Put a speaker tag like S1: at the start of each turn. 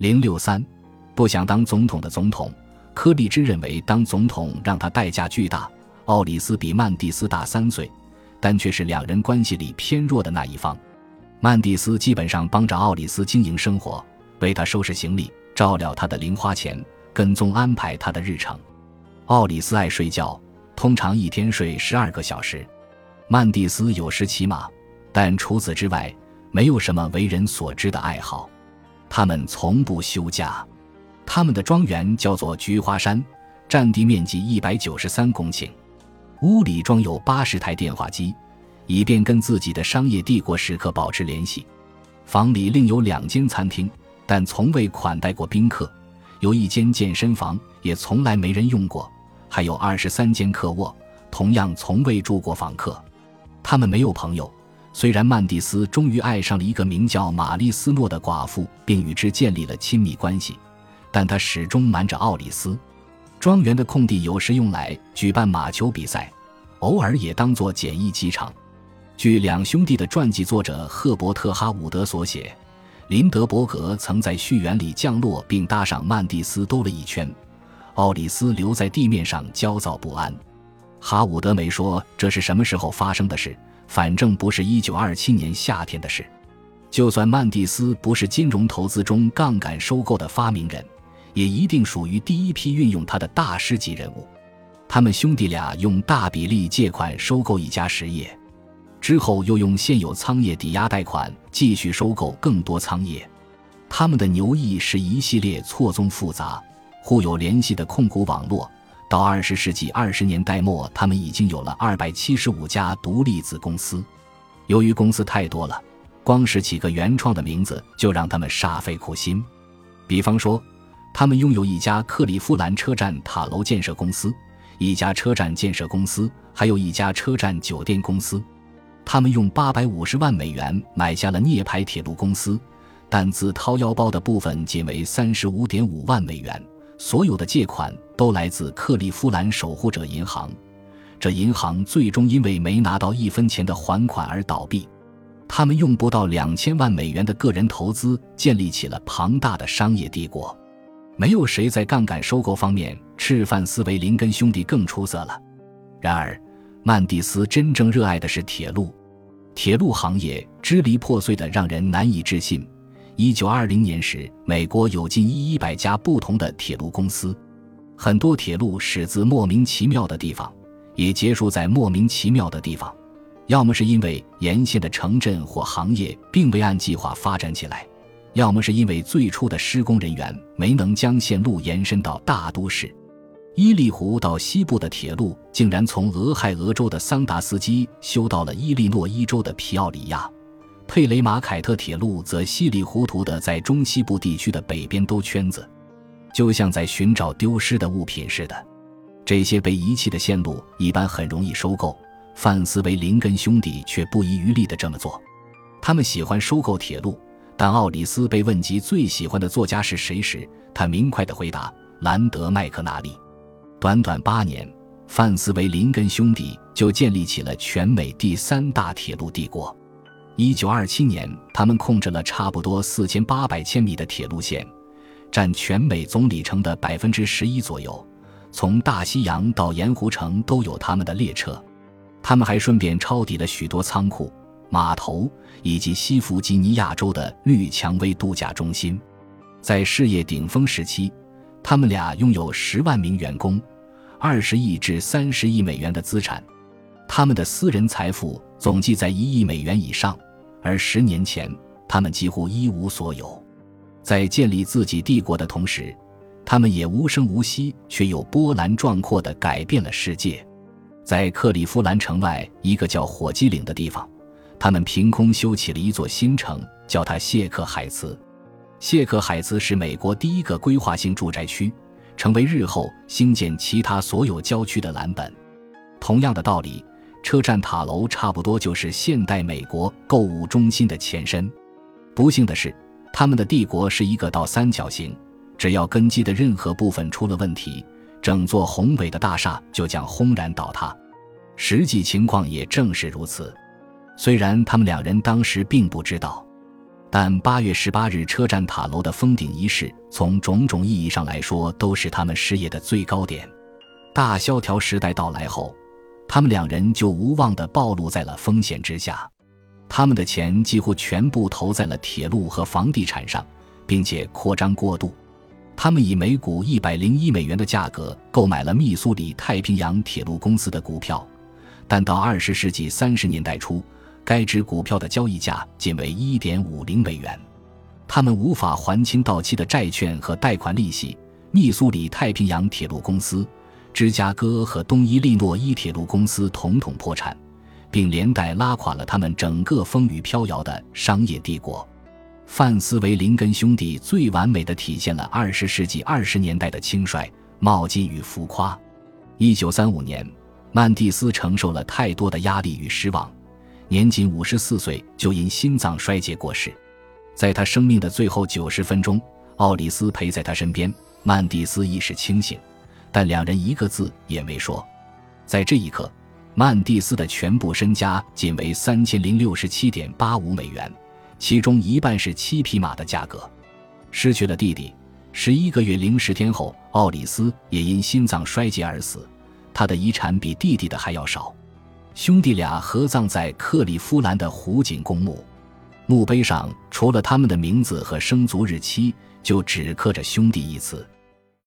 S1: 063不想当总统的总统，柯立芝认为当总统让他代价巨大，奥里斯比曼蒂斯大3岁，但却是两人关系里偏弱的那一方。曼蒂斯基本上帮着奥里斯经营生活，为他收拾行李，照料他的零花钱，跟踪安排他的日程。奥里斯爱睡觉，通常一天睡12个小时。曼蒂斯有时骑马，但除此之外没有什么为人所知的爱好。他们从不休假。他们的庄园叫做菊花山，占地面积193公顷，屋里装有80台电话机，以便跟自己的商业帝国时刻保持联系。房里另有2间餐厅，但从未款待过宾客，有1间健身房，也从来没人用过，还有23间客卧，同样从未住过访客。他们没有朋友，虽然曼蒂斯终于爱上了一个名叫玛丽斯诺的寡妇，并与之建立了亲密关系，但他始终瞒着奥里斯。庄园的空地有时用来举办马球比赛，偶尔也当作简易机场。据两兄弟的传记作者赫伯特·哈伍德所写，林德伯格曾在序园里降落并搭上曼蒂斯兜了一圈，奥里斯留在地面上焦躁不安。哈伍德没说这是什么时候发生的事，反正不是1927年夏天的事。就算曼蒂斯不是金融投资中杠杆收购的发明人，也一定属于第一批运用他的大师级人物。他们兄弟俩用大比例借款收购一家实业，之后又用现有仓业抵押贷款继续收购更多仓业。他们的牛意是一系列错综复杂、互有联系的控股网络。到20世纪20年代末，他们已经有了275家独立子公司。由于公司太多了，光是起个原创的名字就让他们煞费苦心。比方说，他们拥有一家克利夫兰车站塔楼建设公司，一家车站建设公司，还有一家车站酒店公司。他们用850万美元买下了涅牌铁路公司，但自掏腰包的部分仅为35.5万美元。所有的借款都来自克利夫兰守护者银行，这银行最终因为没拿到1分钱的还款而倒闭。他们用不到2000万美元的个人投资建立起了庞大的商业帝国。没有谁在杠杆收购方面赤范斯维林根兄弟更出色了。然而曼蒂斯真正热爱的是铁路。铁路行业支离破碎得让人难以置信。1920年时，美国有近100家不同的铁路公司，很多铁路始自莫名其妙的地方，也结束在莫名其妙的地方，要么是因为沿线的城镇或行业并未按计划发展起来，要么是因为最初的施工人员没能将线路延伸到大都市。伊利湖到西部的铁路竟然从俄亥俄州的桑达斯基修到了伊利诺伊州的皮奥里亚，佩雷马凯特铁路则稀里糊涂地在中西部地区的北边兜圈子，就像在寻找丢失的物品似的。这些被遗弃的线路一般很容易收购，范斯维林根兄弟却不遗余力地这么做。他们喜欢收购铁路，但奥里斯被问及最喜欢的作家是谁时，他明快地回答兰德麦克纳利。短短8年，范斯维林根兄弟就建立起了全美第3大铁路帝国。1927年，他们控制了差不多4800千米的铁路线，占全美总里程的11%左右，从大西洋到盐湖城都有他们的列车。他们还顺便抄底了许多仓库、码头以及西弗吉尼亚州的绿蔷薇度假中心。在事业顶峰时期，他们俩拥有10万名员工，20亿至30亿美元的资产。他们的私人财富总计在1亿美元以上，而10年前他们几乎一无所有。在建立自己帝国的同时，他们也无声无息却又波澜壮阔地改变了世界。在克利夫兰城外一个叫火鸡岭的地方，他们凭空修起了一座新城，叫它谢克海茨。谢克海茨是美国第一个规划性住宅区，成为日后兴建其他所有郊区的蓝本。同样的道理，车站塔楼差不多就是现代美国购物中心的前身。不幸的是，他们的帝国是一个倒三角形，只要根基的任何部分出了问题，整座宏伟的大厦就将轰然倒塌。实际情况也正是如此，虽然他们2人当时并不知道。 但8月18日车站塔楼的封顶仪式从种种意义上来说都是他们事业的最高点。大萧条时代到来后，他们两人就无望地暴露在了风险之下。他们的钱几乎全部投在了铁路和房地产上，并且扩张过度。他们以每股$101的价格购买了密苏里太平洋铁路公司的股票，但到20世纪30年代初，该支股票的交易价仅为$1.50。他们无法还清到期的债券和贷款利息，密苏里太平洋铁路公司、芝加哥和东伊利诺伊铁路公司统统破产，并连带拉垮了他们整个风雨飘摇的商业帝国。范斯维林根兄弟最完美地体现了20世纪20年代的轻率、冒进与浮夸。1935年，曼蒂斯承受了太多的压力与失望，年仅54岁就因心脏衰竭过世。在他生命的最后90分钟，奥里斯陪在他身边，曼蒂斯意识清醒，但两人一个字也没说。在这一刻，曼蒂斯的全部身家仅为$3067.85，其中一半是7匹马的价格。失去了弟弟，11个月零10天后，奥里斯也因心脏衰竭而死，他的遗产比弟弟的还要少。兄弟俩合葬在克利夫兰的湖景公墓，墓碑上除了他们的名字和生卒日期，就只刻着兄弟一词。